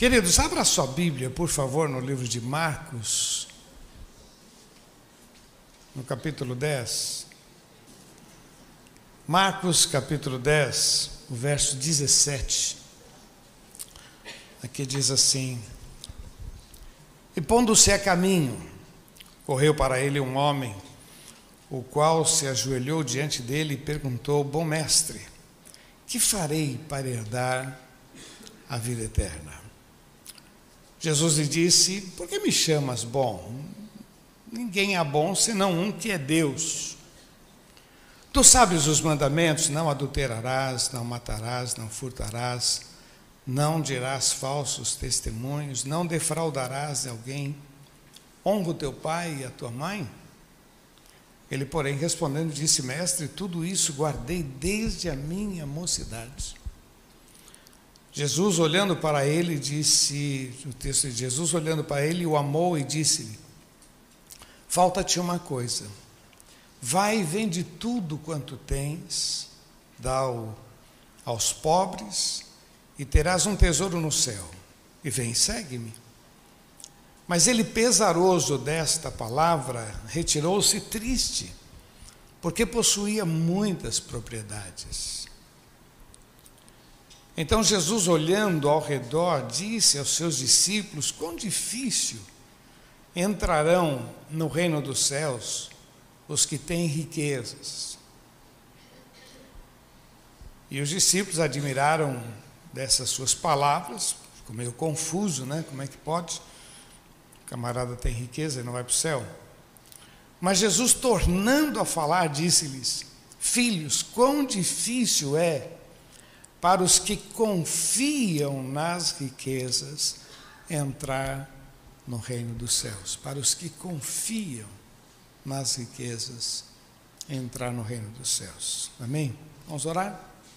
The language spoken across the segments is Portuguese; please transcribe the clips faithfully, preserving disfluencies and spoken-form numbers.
Queridos, abra sua Bíblia, por favor, no livro de Marcos, no capítulo dez. Marcos, capítulo dez, o verso dezessete. Aqui diz assim: E pondo-se a caminho, correu para ele um homem, o qual se ajoelhou diante dele e perguntou: Bom mestre, que farei para herdar a vida eterna? Jesus lhe disse: Por que me chamas bom? Ninguém é bom senão um que é Deus. Tu sabes os mandamentos: não adulterarás, não matarás, não furtarás, não dirás falsos testemunhos, não defraudarás alguém, honra o teu pai e a tua mãe. Ele, porém, respondendo, disse: Mestre, tudo isso guardei desde a minha mocidade. Jesus, olhando para ele, disse, o texto de Jesus, olhando para ele, o amou e disse-lhe: Falta-te uma coisa, vai e vende tudo quanto tens, dá-o aos pobres, e terás um tesouro no céu, e vem, segue-me. Mas ele, pesaroso desta palavra, retirou-se triste, porque possuía muitas propriedades. Então Jesus, olhando ao redor, disse aos seus discípulos: Quão difícil entrarão no reino dos céus os que têm riquezas. E os discípulos admiraram dessas suas palavras, ficou meio confuso, né? Como é que pode? O camarada tem riqueza e não vai para o céu. Mas Jesus, tornando a falar, disse-lhes: Filhos, quão difícil é para os que confiam nas riquezas entrar no reino dos céus. Para os que confiam nas riquezas entrar no reino dos céus. Amém? Vamos orar?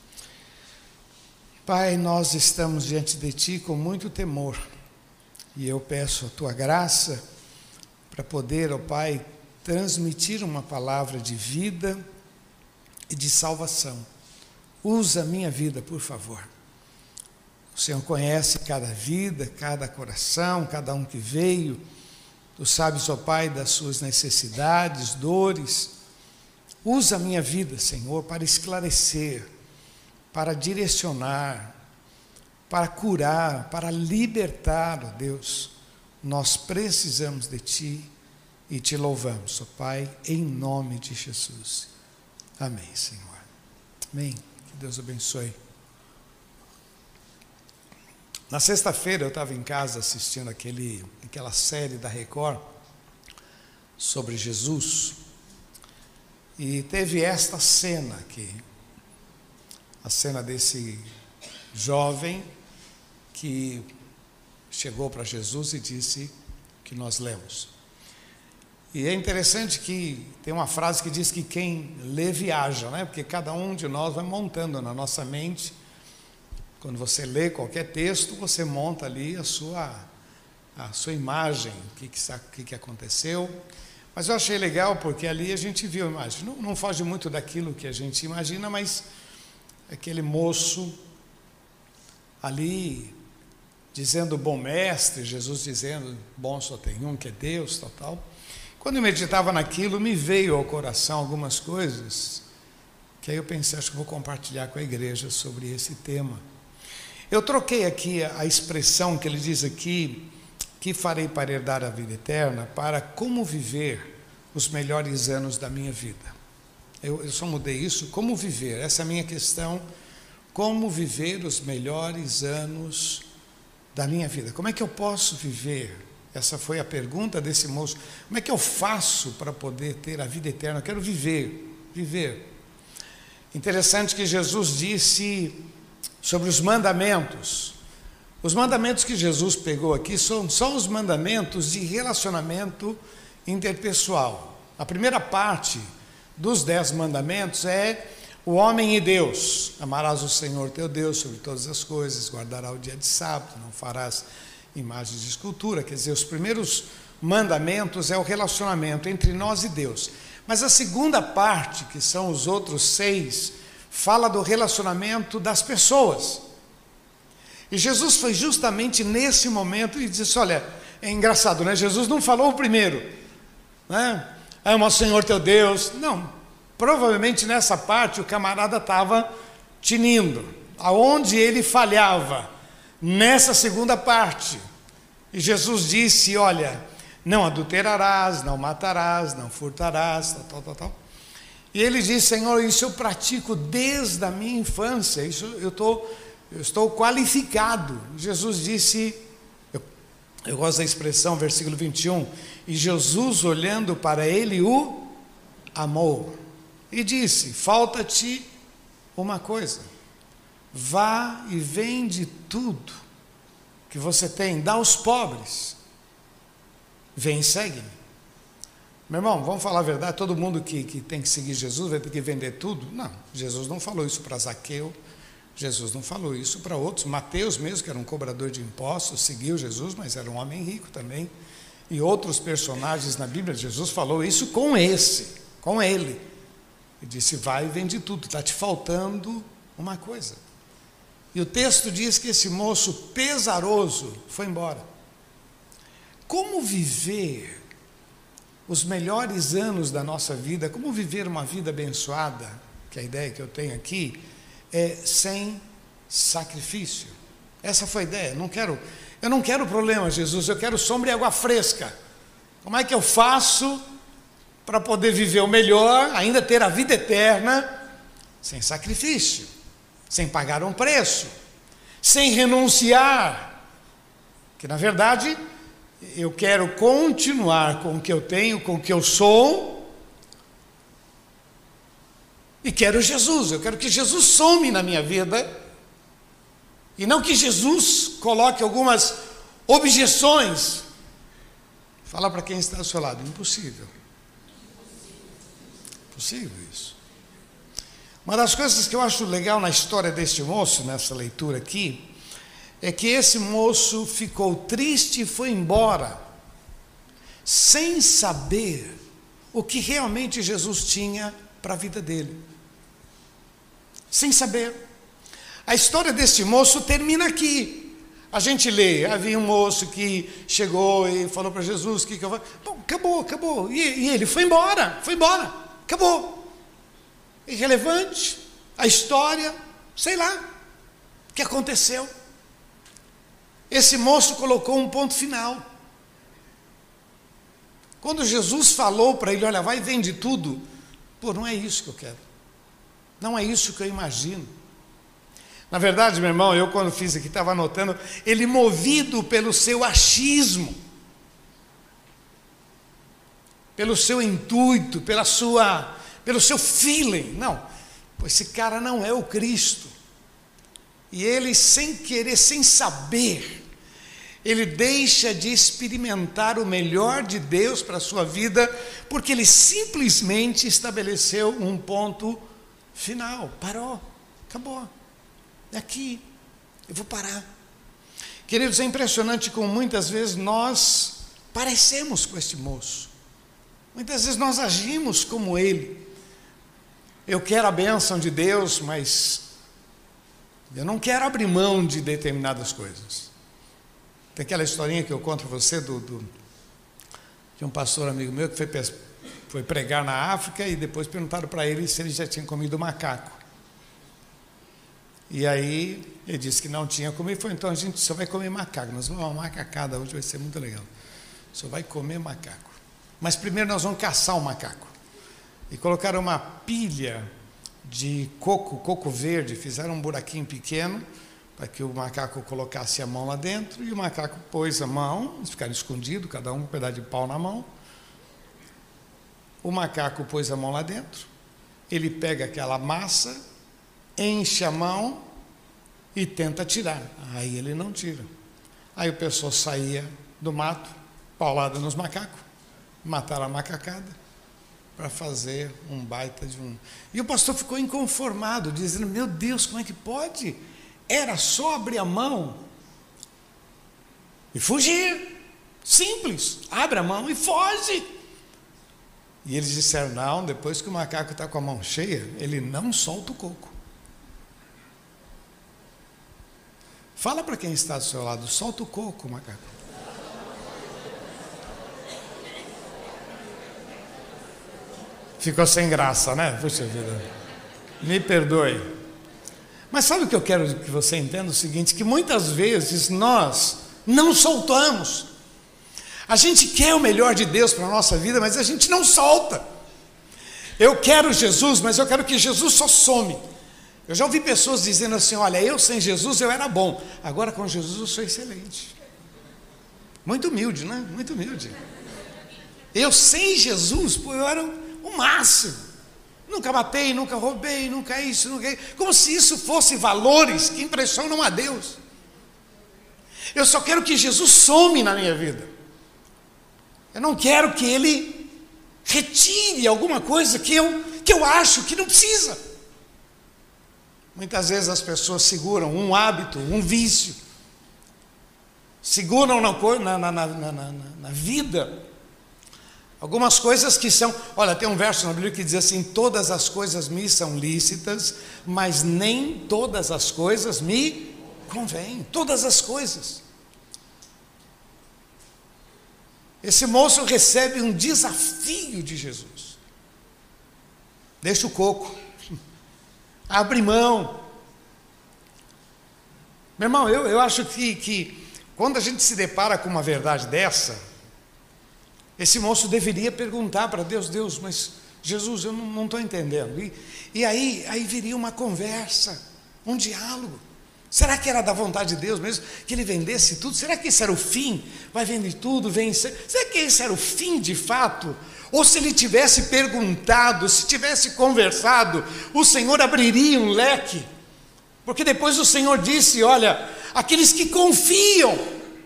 Pai, nós estamos diante de Ti com muito temor, e eu peço a Tua graça para poder, ó Pai, transmitir uma palavra de vida e de salvação. Usa a minha vida, por favor. O Senhor conhece cada vida, cada coração, cada um que veio. Tu sabes, ó Pai, das suas necessidades, dores. Usa a minha vida, Senhor, para esclarecer, para direcionar, para curar, para libertar, ó Deus. Nós precisamos de Ti e Te louvamos, ó Pai, em nome de Jesus. Amém, Senhor. Amém. Que Deus abençoe. Na sexta-feira eu estava em casa assistindo aquele, aquela série da Record sobre Jesus, e teve esta cena aqui, a cena desse jovem que chegou para Jesus e disse que nós lemos. E é interessante que tem uma frase que diz que quem lê viaja, né? Porque cada um de nós vai montando na nossa mente. Quando você lê qualquer texto, você monta ali a sua, a sua imagem, o que, que, que aconteceu. Mas eu achei legal porque ali a gente viu a imagem. Não, não foge muito daquilo que a gente imagina, mas aquele moço ali dizendo bom mestre, Jesus dizendo bom só tem um que é Deus, tal, tal. Quando eu meditava naquilo, me veio ao coração algumas coisas que aí eu pensei, acho que vou compartilhar com a igreja sobre esse tema. Eu troquei aqui a expressão que ele diz aqui, que farei para herdar a vida eterna, para como viver os melhores anos da minha vida. Eu, eu só mudei isso, como viver, essa é a minha questão, como viver os melhores anos da minha vida. Como é que eu posso viver? Essa foi a pergunta desse moço. Como é que eu faço para poder ter a vida eterna? Eu quero viver, viver. Interessante que Jesus disse sobre os mandamentos. Os mandamentos que Jesus pegou aqui são só os mandamentos de relacionamento interpessoal. A primeira parte dos dez mandamentos é o homem e Deus. Amarás o Senhor teu Deus sobre todas as coisas, guardará o dia de sábado, não farás imagens de escultura. Quer dizer, os primeiros mandamentos é o relacionamento entre nós e Deus. Mas a segunda parte, que são os outros seis, fala do relacionamento das pessoas. E Jesus foi justamente nesse momento e disse, olha, é engraçado, né? Jesus não falou o primeiro, né? Ama o Senhor teu Deus. Não, provavelmente nessa parte o camarada estava tinindo. Aonde ele falhava? Nessa segunda parte. E Jesus disse, olha, não adulterarás, não matarás, não furtarás, tal, tal, tal, tal. E ele disse, Senhor, isso eu pratico desde a minha infância, isso eu, tô, eu estou qualificado. Jesus disse, eu, eu gosto da expressão, versículo vinte e um, e Jesus olhando para ele o amou. E disse, falta-te uma coisa, vá e vende tudo que você tem, dá aos pobres, vem e segue-me. Meu irmão, vamos falar a verdade, todo mundo que, que tem que seguir Jesus vai ter que vender tudo? Não, Jesus não falou isso para Zaqueu, Jesus não falou isso para outros. Mateus mesmo, que era um cobrador de impostos, seguiu Jesus, mas era um homem rico também. E outros personagens na Bíblia, Jesus falou isso com esse, com ele. E disse, vai e vende tudo, está te faltando uma coisa. E o texto diz que esse moço pesaroso foi embora. Como viver os melhores anos da nossa vida, como viver uma vida abençoada, que a ideia que eu tenho aqui, é sem sacrifício. Essa foi a ideia. Não quero, eu não quero problema, Jesus, eu quero sombra e água fresca. Como é que eu faço para poder viver o melhor, ainda ter a vida eterna, sem sacrifício, sem pagar um preço, sem renunciar? Que na verdade eu quero continuar com o que eu tenho, com o que eu sou, e quero Jesus, eu quero que Jesus some na minha vida, e não que Jesus coloque algumas objeções. Fala para quem está ao seu lado, impossível. Impossível isso. Uma das coisas que eu acho legal na história deste moço, nessa leitura aqui, é que esse moço ficou triste e foi embora, sem saber o que realmente Jesus tinha para a vida dele. Sem saber. A história desse moço termina aqui. A gente lê, havia um moço que chegou e falou para Jesus, que, que eu vou... Bom, acabou, acabou. E, e ele foi embora, foi embora, acabou. Irrelevante, a história, sei lá, o que aconteceu. Esse moço colocou um ponto final. Quando Jesus falou para ele, olha, vai e vende tudo, pô, não é isso que eu quero, não é isso que eu imagino. Na verdade, meu irmão, eu quando fiz aqui, estava anotando, ele movido pelo seu achismo, pelo seu intuito, pela sua, pelo seu feeling, não, pô, esse cara não é o Cristo. E ele, sem querer, sem saber, ele deixa de experimentar o melhor de Deus para a sua vida, porque ele simplesmente estabeleceu um ponto final. Parou, acabou. É aqui, eu vou parar. Queridos, é impressionante como muitas vezes nós parecemos com este moço. Muitas vezes nós agimos como ele. Eu quero a bênção de Deus, mas eu não quero abrir mão de determinadas coisas. Tem aquela historinha que eu conto para você do, do, de um pastor amigo meu que foi, foi pregar na África e depois perguntaram para ele se ele já tinha comido macaco. E aí ele disse que não tinha comido. Foi, então a gente só vai comer macaco. Nós vamos uma macacada hoje, vai ser muito legal. Só vai comer macaco. Mas primeiro nós vamos caçar o macaco. E colocaram uma pilha de coco, coco verde, fizeram um buraquinho pequeno para que o macaco colocasse a mão lá dentro, e o macaco pôs a mão, eles ficaram escondidos, cada um com um pedaço de pau na mão. O macaco pôs a mão lá dentro, ele pega aquela massa, enche a mão e tenta tirar. Aí ele não tira. Aí o pessoal saía do mato, paulada nos macacos, mataram a macacada, para fazer um baita de um... E o pastor ficou inconformado, dizendo, meu Deus, como é que pode? Era só abrir a mão e fugir. Simples, abre a mão e foge. E eles disseram, não, depois que o macaco está com a mão cheia, ele não solta o coco. Fala para quem está do seu lado, solta o coco, macaco. Ficou sem graça, né? Puxa vida. Me perdoe. Mas sabe o que eu quero que você entenda? O seguinte, que muitas vezes nós não soltamos. A gente quer o melhor de Deus para a nossa vida, mas a gente não solta. Eu quero Jesus, mas eu quero que Jesus só some. Eu já ouvi pessoas dizendo assim, olha, eu sem Jesus eu era bom, agora com Jesus eu sou excelente. Muito humilde, né? Muito humilde. Eu sem Jesus, pô, eu era o máximo. Nunca matei, nunca roubei, nunca isso, nunca... Como se isso fosse valores que impressionam a Deus. Eu só quero que Jesus some na minha vida. Eu não quero que Ele retire alguma coisa que eu, que eu acho que não precisa. Muitas vezes as pessoas seguram um hábito, um vício, seguram na, na, na, na, na, na vida algumas coisas que são... Olha, tem um verso na Bíblia que diz assim, todas as coisas me são lícitas, mas nem todas as coisas me convêm. Todas as coisas. Esse moço recebe um desafio de Jesus. Deixa o coco. Abre mão. Meu irmão, eu, eu acho que, que quando a gente se depara com uma verdade dessa, esse moço deveria perguntar para Deus, Deus, mas Jesus, eu não estou entendendo. E, e aí, aí viria uma conversa, um diálogo. Será que era da vontade de Deus mesmo que ele vendesse tudo? Será que esse era o fim? Vai vender tudo, vencer. Será que esse era o fim de fato? Ou se ele tivesse perguntado, se tivesse conversado, o Senhor abriria um leque? Porque depois o Senhor disse, olha, aqueles que confiam,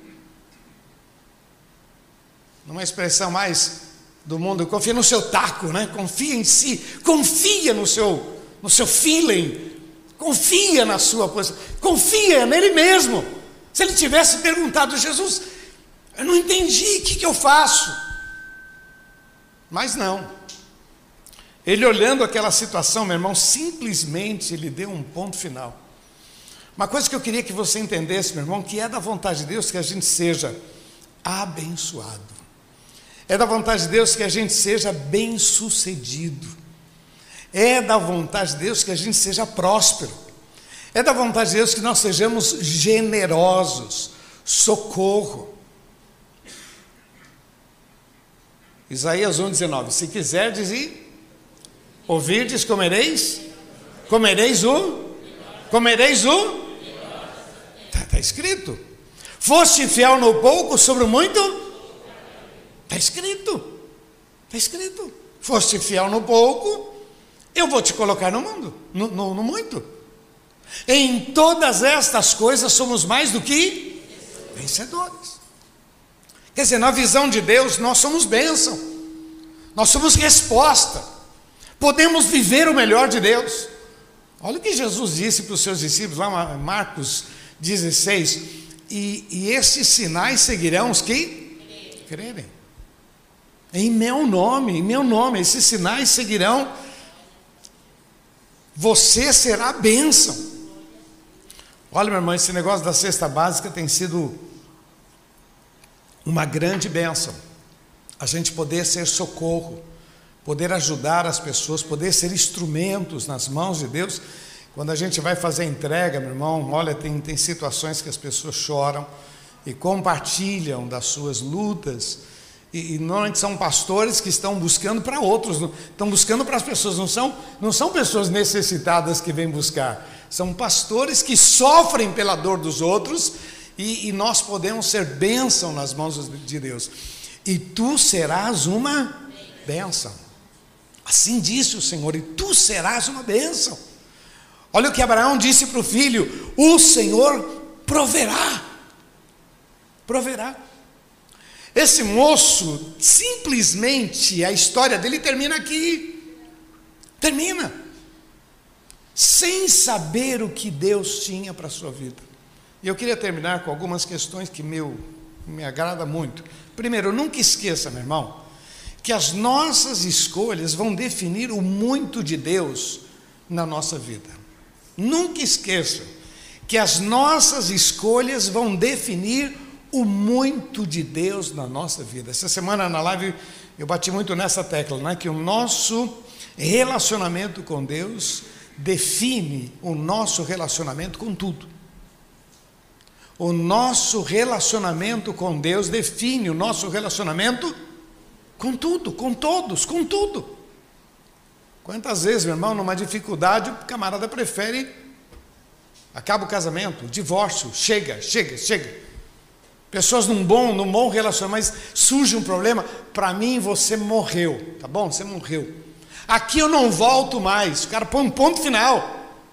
numa expressão mais do mundo, confia no seu taco, né? Confia em si, confia no seu, no seu feeling, confia na sua posição, confia nele mesmo. Se ele tivesse perguntado, Jesus, eu não entendi, o que, que eu faço? Mas não. Ele olhando aquela situação, meu irmão, simplesmente ele deu um ponto final. Uma coisa que eu queria que você entendesse, meu irmão, que é da vontade de Deus que a gente seja abençoado. É da vontade de Deus que a gente seja bem-sucedido. É da vontade de Deus que a gente seja próspero. É da vontade de Deus que nós sejamos generosos, socorro. Isaías um, dezenove, se quiserdes ir, ouvirdes, comereis, comereis o, comereis o, está tá escrito, foste fiel no pouco, sobre o muito, está escrito, está escrito, foste fiel no pouco, eu vou te colocar no mundo, no, no, no muito, em todas estas coisas somos mais do que vencedores. Quer dizer, na visão de Deus, nós somos bênção, nós somos resposta, podemos viver o melhor de Deus. Olha o que Jesus disse para os seus discípulos, lá em Marcos dezesseis, e, e esses sinais seguirão os que crerem. Em meu nome, em meu nome, esses sinais seguirão, você será bênção. Olha, meu irmão, esse negócio da cesta básica tem sido uma grande bênção, a gente poder ser socorro, poder ajudar as pessoas, poder ser instrumentos nas mãos de Deus. Quando a gente vai fazer a entrega, meu irmão, olha, tem, tem situações que as pessoas choram e compartilham das suas lutas, e, e normalmente são pastores que estão buscando para outros, estão buscando para as pessoas, não são, não são pessoas necessitadas que vêm buscar, são pastores que sofrem pela dor dos outros. E, e nós podemos ser bênção nas mãos de Deus. E tu serás uma bênção. Assim disse o Senhor, e tu serás uma bênção. Olha o que Abraão disse para o filho, o Senhor proverá. Proverá. Esse moço, simplesmente, a história dele termina aqui. Termina. Sem saber o que Deus tinha para a sua vida. E eu queria terminar com algumas questões que meu, me agrada muito. Primeiro, nunca esqueça, meu irmão, que as nossas escolhas vão definir o muito de Deus na nossa vida. Nunca esqueça que as nossas escolhas vão definir o muito de Deus na nossa vida. Essa semana na live eu bati muito nessa tecla, né? Que o nosso relacionamento com Deus define o nosso relacionamento com tudo. O nosso relacionamento com Deus define o nosso relacionamento com tudo, com todos, com tudo. Quantas vezes, meu irmão, numa dificuldade, o camarada prefere, acaba o casamento, o divórcio, chega, chega, chega. Pessoas num bom, num bom relacionamento, mas surge um problema, para mim você morreu, tá bom? Você morreu. Aqui eu não volto mais, o cara põe um ponto final.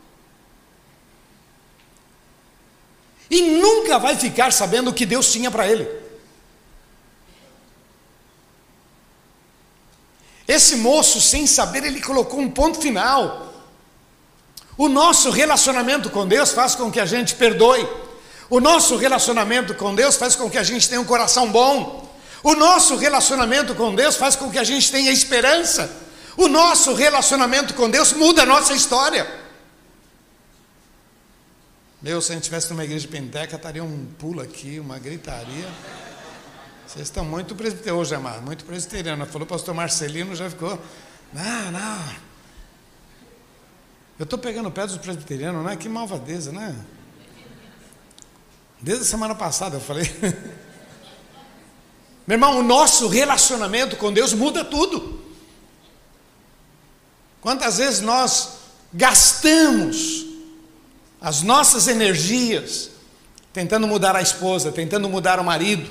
E nunca vai ficar sabendo o que Deus tinha para ele. Esse moço, sem saber, ele colocou um ponto final. O nosso relacionamento com Deus faz com que a gente perdoe. O nosso relacionamento com Deus faz com que a gente tenha um coração bom. O nosso relacionamento com Deus faz com que a gente tenha esperança. O nosso relacionamento com Deus muda a nossa história. Meu, se a gente estivesse numa igreja de Penteca, estaria um pulo aqui, uma gritaria. Vocês estão muito presbiterianos hoje, amado, muito presbiteriano. Falou o pastor Marcelino, já ficou, não, não. Eu estou pegando o pé dos presbiterianos, não é? Que malvadeza, né? Desde a semana passada eu falei. Meu irmão, o nosso relacionamento com Deus muda tudo. Quantas vezes nós gastamos as nossas energias tentando mudar a esposa, tentando mudar o marido,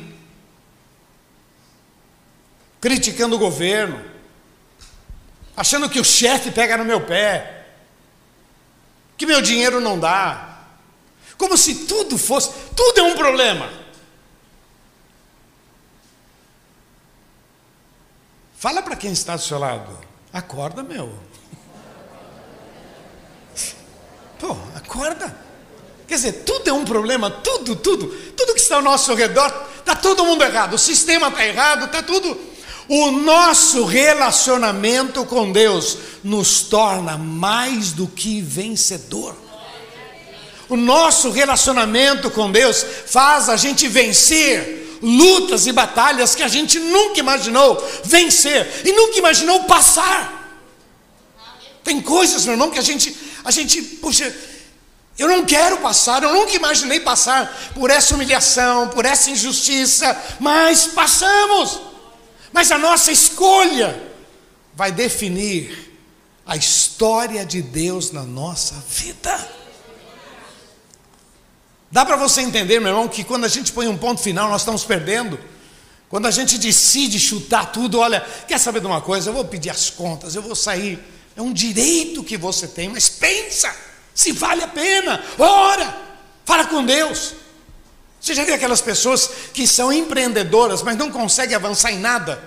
criticando o governo, achando que o chefe pega no meu pé, que meu dinheiro não dá, como se tudo fosse, tudo é um problema. Fala para quem está do seu lado, acorda, meu. Pô, acorda. Quer dizer, tudo é um problema, tudo, tudo, tudo que está ao nosso redor, está todo mundo errado, o sistema está errado, está tudo. O nosso relacionamento com Deus nos torna mais do que vencedor. O nosso relacionamento com Deus faz a gente vencer lutas e batalhas que a gente nunca imaginou vencer e nunca imaginou passar. Tem coisas, meu irmão, que a gente, a gente, puxa, eu não quero passar, eu nunca imaginei passar por essa humilhação, por essa injustiça, mas passamos. Mas a nossa escolha vai definir a história de Deus na nossa vida. Dá para você entender, meu irmão, que quando a gente põe um ponto final, nós estamos perdendo. Quando a gente decide chutar tudo, olha, quer saber de uma coisa? Eu vou pedir as contas, eu vou sair. É um direito que você tem, mas pensa se vale a pena. Ora, fala com Deus. Você já viu aquelas pessoas que são empreendedoras, mas não conseguem avançar em nada?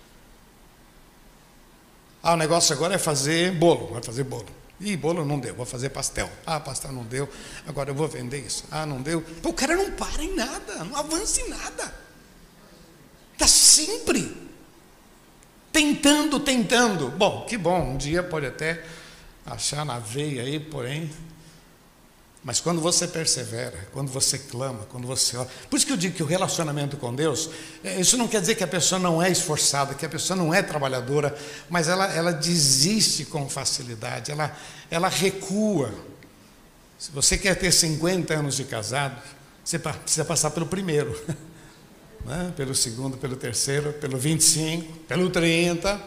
Ah, o negócio agora é fazer bolo, vai fazer bolo. Ih, bolo não deu, vou fazer pastel. Ah, pastel não deu, agora eu vou vender isso. Ah, não deu. Pô, o cara não para em nada, não avança em nada. Está sempre tentando, tentando. Bom, que bom, um dia pode até achar na veia aí, porém... Mas quando você persevera, quando você clama, quando você ora... Por isso que eu digo que o relacionamento com Deus, isso não quer dizer que a pessoa não é esforçada, que a pessoa não é trabalhadora, mas ela, ela desiste com facilidade, ela, ela recua. Se você quer ter cinquenta anos de casado, você precisa passar pelo primeiro, né? Pelo segundo, pelo terceiro, pelo vinte e cinco, pelo trinta.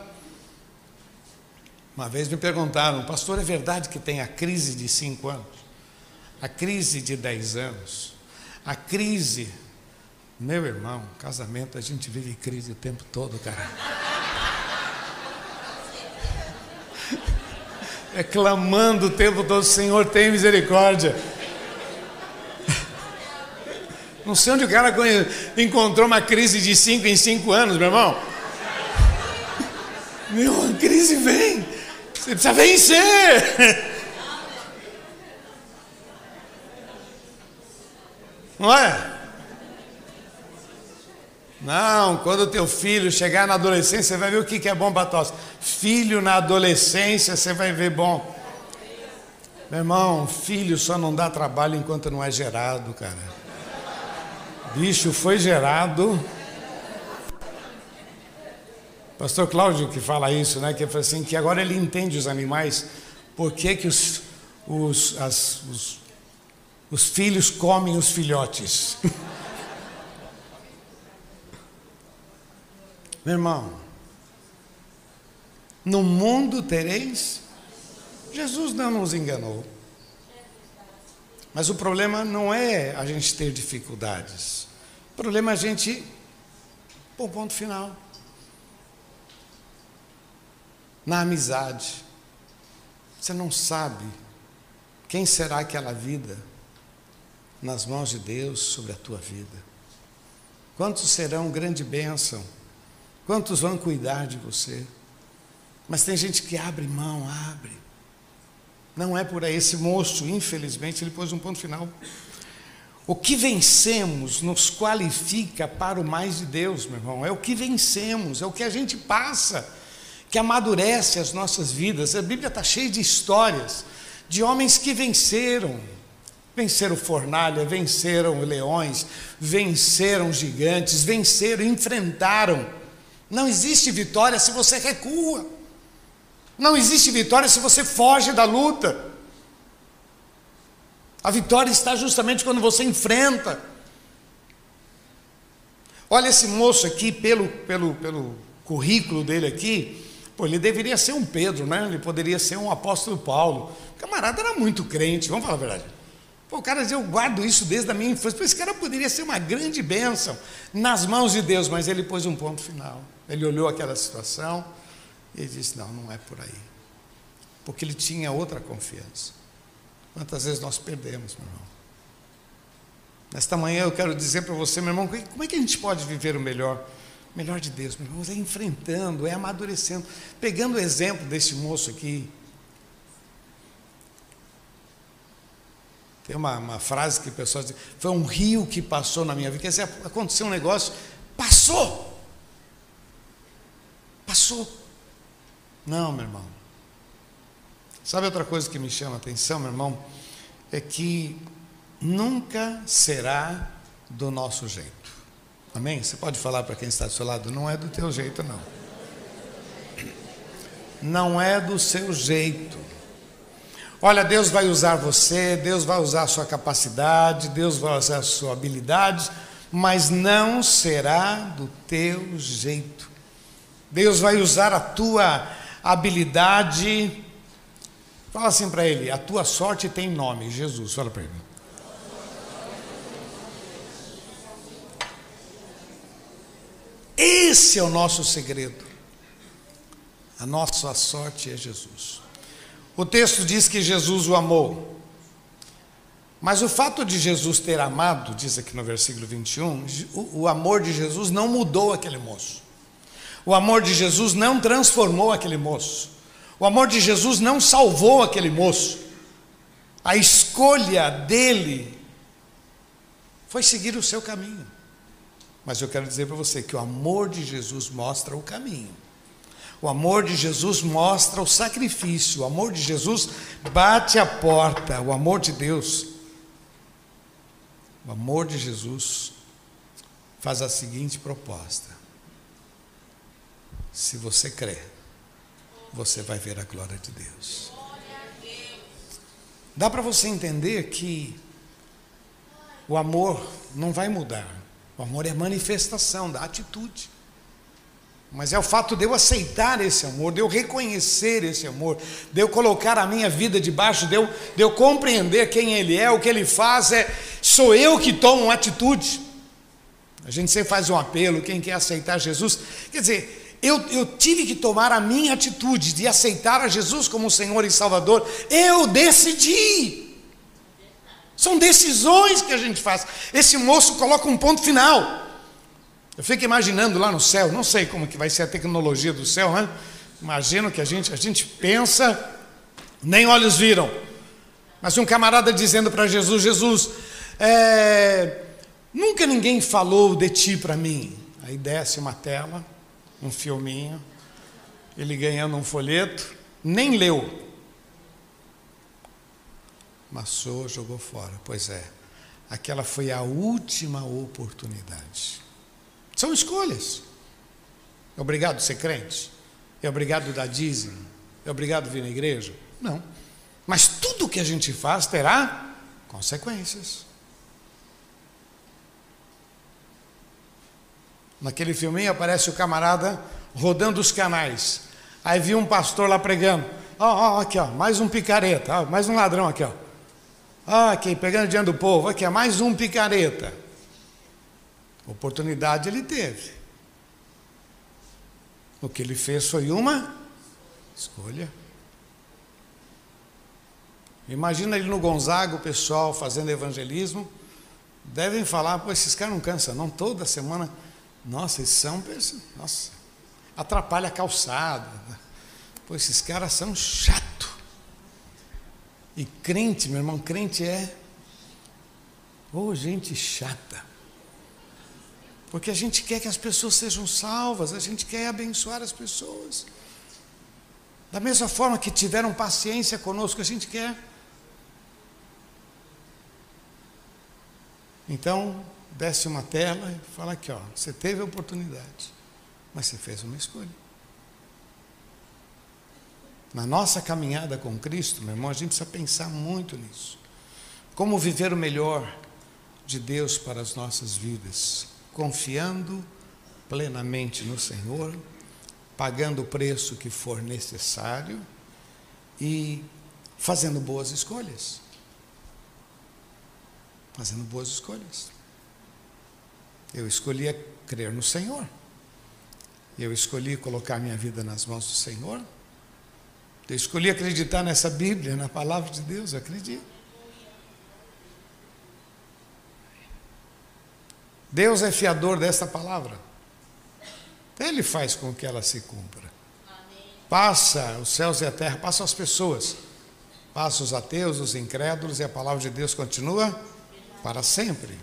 Uma vez me perguntaram, pastor, é verdade que tem a crise de cinco anos? A crise de dez anos, a crise, meu irmão, casamento, a gente vive crise o tempo todo, cara. É clamando o tempo todo, Senhor, tem misericórdia. Não sei onde o cara encontrou uma crise de cinco em cinco anos, meu irmão. Meu, a crise vem, você precisa vencer. Não é? Não, quando o teu filho chegar na adolescência, você vai ver o que é bom para tosse. Filho na adolescência, você vai ver bom. Meu irmão, filho só não dá trabalho enquanto não é gerado, cara. Bicho foi gerado. Pastor Cláudio que fala isso, né? Que fala assim, que agora ele entende os animais, por que que os, os, as, os, os filhos comem os filhotes. Meu irmão, no mundo tereis. Jesus não nos enganou. Mas o problema não é a gente ter dificuldades. O problema é a gente pôr um ponto final. Na amizade. Você não sabe quem será aquela vida nas mãos de Deus sobre a tua vida. Quantos serão grande bênção? Quantos vão cuidar de você? Mas tem gente que abre mão, abre. Não é por aí. Esse moço, infelizmente, ele pôs um ponto final. O que vencemos nos qualifica para o mais de Deus, meu irmão. É o que vencemos, é o que a gente passa, que amadurece as nossas vidas. A Bíblia está cheia de histórias de homens que venceram. Venceram fornalha, venceram leões, venceram gigantes, venceram, enfrentaram. Não existe vitória se você recua. Não existe vitória se você foge da luta. A vitória está justamente quando você enfrenta. Olha esse moço aqui, pelo, pelo, pelo currículo dele aqui, pô, ele deveria ser um Pedro, né? Ele poderia ser um apóstolo Paulo. O camarada era muito crente, vamos falar a verdade. Pô, o cara dizia, eu guardo isso desde a minha infância. Pô, esse cara poderia ser uma grande bênção nas mãos de Deus, mas ele pôs um ponto final. Ele olhou aquela situação e ele disse, não, não é por aí. Porque ele tinha outra confiança. Quantas vezes nós perdemos, meu irmão? Nesta manhã eu quero dizer para você, meu irmão, como é que a gente pode viver o melhor? O melhor de Deus, meu irmão, é enfrentando, é amadurecendo. Pegando o exemplo desse moço aqui. Tem uma, uma frase que o pessoal diz, foi um rio que passou na minha vida. Quer dizer, aconteceu um negócio, passou. Passou. Não, meu irmão. Sabe outra coisa que me chama a atenção, meu irmão? É que nunca será do nosso jeito. Amém? Você pode falar para quem está do seu lado, não é do teu jeito, não. Não é do seu jeito. Olha, Deus vai usar você, Deus vai usar a sua capacidade, Deus vai usar a sua habilidade, mas não será do teu jeito. Deus vai usar a tua habilidade. Fala assim para ele, a tua sorte tem nome, Jesus, fala para ele. Esse é o nosso segredo. A nossa sorte é Jesus. O texto diz que Jesus o amou. Mas o fato de Jesus ter amado, diz aqui no versículo vinte e um, o, o amor de Jesus não mudou aquele moço. O amor de Jesus não transformou aquele moço. O amor de Jesus não salvou aquele moço. A escolha dele foi seguir o seu caminho. Mas eu quero dizer para você que o amor de Jesus mostra o caminho. O amor de Jesus mostra o sacrifício. O amor de Jesus bate a porta. O amor de Deus, o amor de Jesus faz a seguinte proposta: se você crer, você vai ver a glória de Deus. Dá para você entender que o amor não vai mudar. O amor é manifestação da atitude. Mas é o fato de eu aceitar esse amor, de eu reconhecer esse amor, de eu colocar a minha vida debaixo, de eu, de eu compreender quem Ele é, o que Ele faz, é, sou eu que tomo uma atitude. A gente sempre faz um apelo, quem quer aceitar Jesus, quer dizer, eu, eu tive que tomar a minha atitude de aceitar a Jesus como Senhor e Salvador, eu decidi. São decisões que a gente faz. Esse moço coloca um ponto final. Eu fico imaginando lá no céu, não sei como que vai ser a tecnologia do céu, né? Imagino que a gente, a gente pensa, nem olhos viram. Mas um camarada dizendo para Jesus, Jesus, é, nunca ninguém falou de ti para mim. Aí desce uma tela, um filminho, ele ganhando um folheto, nem leu. amassou, jogou fora. Pois é, aquela foi a última oportunidade. São escolhas. É obrigado a ser crente? É obrigado a dar dízimo? É obrigado a vir na igreja? Não. Mas tudo que a gente faz terá consequências. Naquele filminho aparece o camarada rodando os canais. Aí viu um pastor lá pregando. Ó, ó, aqui, ó, mais um picareta, ó, mais um ladrão aqui, ó. Ó, aqui, pegando dinheiro do povo, aqui, ó, mais um picareta. Oportunidade ele teve. O que ele fez foi uma escolha. Imagina ele no Gonzaga, o pessoal fazendo evangelismo. Devem falar, pô, esses caras não cansam, não, toda semana. Nossa, eles são, nossa, atrapalha a calçada. Pô, esses caras são chato. E crente, meu irmão, crente é, ô, gente chata. Porque a gente quer que as pessoas sejam salvas, a gente quer abençoar as pessoas. Da mesma forma que tiveram paciência conosco, a gente quer. Então, desce uma tela e fala aqui, ó, você teve a oportunidade, mas você fez uma escolha. Na nossa caminhada com Cristo, meu irmão, a gente precisa pensar muito nisso. Como viver o melhor de Deus para as nossas vidas, confiando plenamente no Senhor, pagando o preço que for necessário e fazendo boas escolhas. Fazendo boas escolhas. Eu escolhi crer no Senhor. Eu escolhi colocar minha vida nas mãos do Senhor. Eu escolhi acreditar nessa Bíblia, na palavra de Deus, eu acredito. Deus é fiador dessa palavra. Ele faz com que ela se cumpra. Passa os céus e a terra, passa as pessoas. Passa os ateus, os incrédulos, e a palavra de Deus continua para sempre.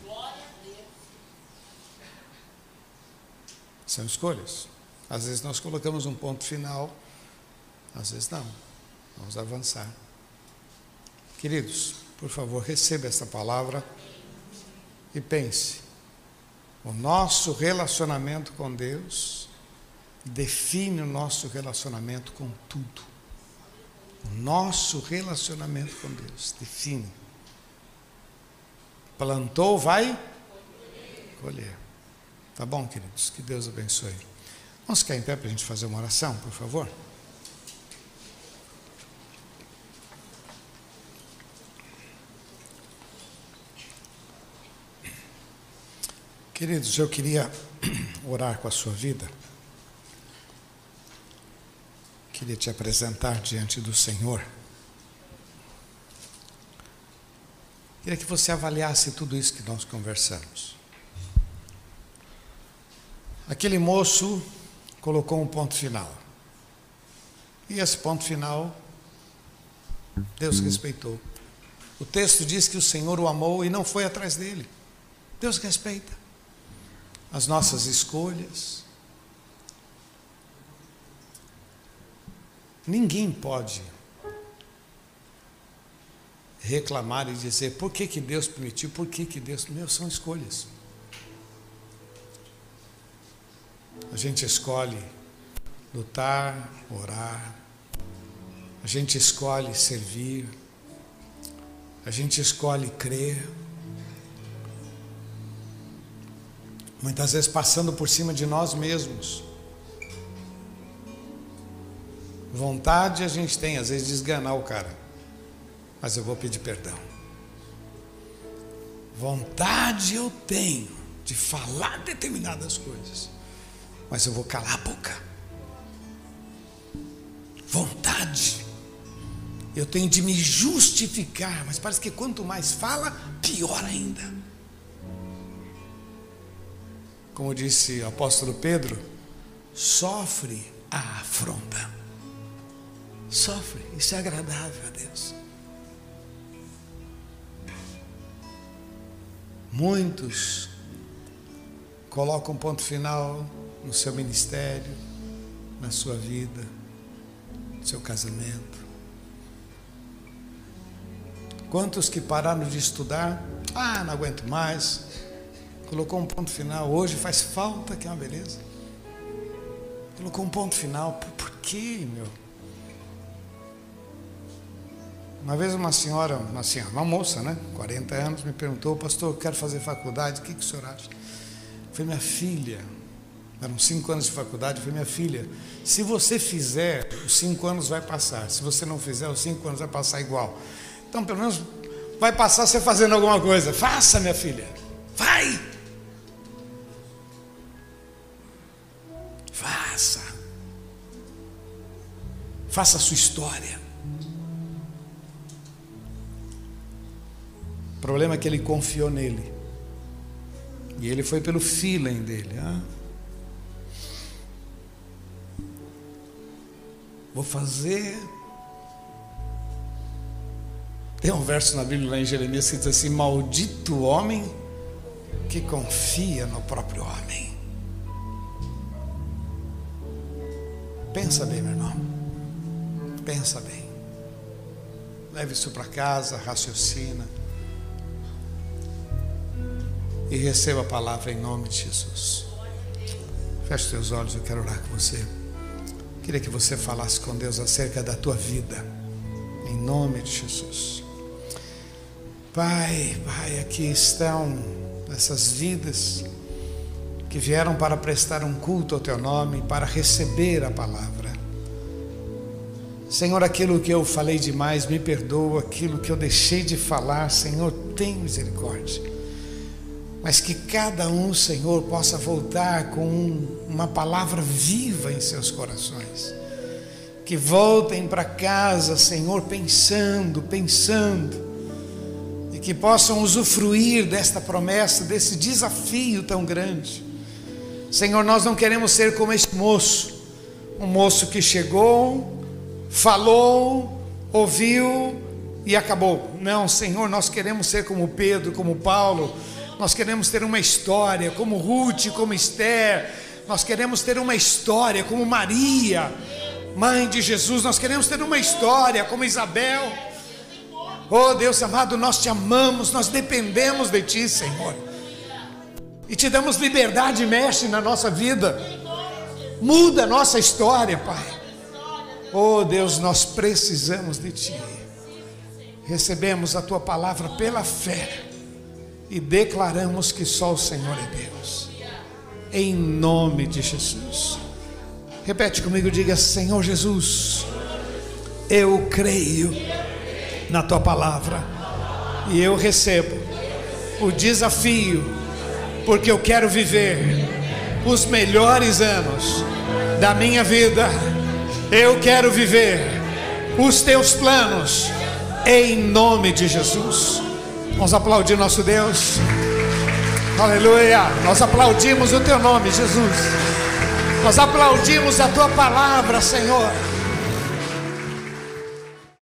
São escolhas. Às vezes nós colocamos um ponto final, às vezes não. Vamos avançar. Queridos, por favor, receba esta palavra e pense. O nosso relacionamento com Deus define o nosso relacionamento com tudo. O nosso relacionamento com Deus define. Plantou, vai colher. Tá bom, queridos? Que Deus abençoe. Vamos ficar em pé para a gente fazer uma oração, por favor? Queridos, eu queria orar com a sua vida. Queria te apresentar diante do Senhor. Queria que você avaliasse tudo isso que nós conversamos. Aquele moço colocou um ponto final. E esse ponto final, Deus respeitou. O texto diz que o Senhor o amou e não foi atrás dele. Deus respeita as nossas escolhas. Ninguém pode reclamar e dizer por que que Deus permitiu, por que que Deus... Meu, são escolhas. A gente escolhe lutar, orar, a gente escolhe servir, a gente escolhe crer. Muitas vezes passando por cima de nós mesmos. Vontade a gente tem, às vezes, de esganar o cara. Mas eu vou pedir perdão. Vontade eu tenho de falar determinadas coisas. Mas eu vou calar a boca. Vontade eu tenho de me justificar. Mas parece que quanto mais fala, pior ainda. Como disse o apóstolo Pedro, sofre a afronta. Sofre, isso é agradável a Deus. Muitos colocam um ponto final no seu ministério, na sua vida, no seu casamento. Quantos que pararam de estudar? Ah, não aguento mais. Colocou um ponto final. Hoje faz falta, que é uma beleza. Colocou um ponto final. Por, por quê, meu? Uma vez uma senhora, uma senhora, uma moça, né? quarenta anos, me perguntou: pastor, eu quero fazer faculdade, o que, que o senhor acha? Eu falei: minha filha, eram cinco anos de faculdade, eu falei: minha filha, se você fizer, os cinco anos vai passar. Se você não fizer, os cinco anos vai passar igual. Então, pelo menos, vai passar você fazendo alguma coisa. Faça, minha filha, vai! Faça. Faça a sua história. O problema é que ele confiou nele. E ele foi pelo feeling dele. Ah, vou fazer. Tem um verso na Bíblia lá em Jeremias que diz assim: maldito o homem que confia no próprio homem. Pensa bem, meu irmão. Pensa bem. Leve isso para casa, raciocina. E receba a palavra em nome de Jesus. Feche os teus olhos, eu quero orar com você. Queria que você falasse com Deus acerca da tua vida, em nome de Jesus. Pai, Pai, aqui estão essas vidas que vieram para prestar um culto ao teu nome, para receber a palavra. Senhor, aquilo que eu falei demais, me perdoa. Aquilo que eu deixei de falar, Senhor, tem misericórdia. Mas que cada um, Senhor, possa voltar com uma palavra viva em seus corações. Que voltem para casa, Senhor, pensando, pensando. E que possam usufruir desta promessa, desse desafio tão grande. Senhor, nós não queremos ser como esse moço. Um moço que chegou, falou, ouviu e acabou. Não, Senhor, nós queremos ser como Pedro, como Paulo. Nós queremos ter uma história como Ruth, como Esther. Nós queremos ter uma história como Maria, mãe de Jesus. Nós queremos ter uma história como Isabel. Oh Deus amado, nós te amamos, nós dependemos de ti, Senhor. E te damos liberdade, mexe na nossa vida. Muda a nossa história, Pai. Oh Deus, nós precisamos de ti. Recebemos a tua palavra pela fé. E declaramos que só o Senhor é Deus. Em nome de Jesus. Repete comigo, diga: Senhor Jesus, eu creio na tua palavra. E eu recebo o desafio, porque eu quero viver os melhores anos da minha vida. Eu quero viver os teus planos. Em nome de Jesus. Vamos aplaudir nosso Deus. Aleluia. Nós aplaudimos o teu nome, Jesus. Nós aplaudimos a tua palavra, Senhor.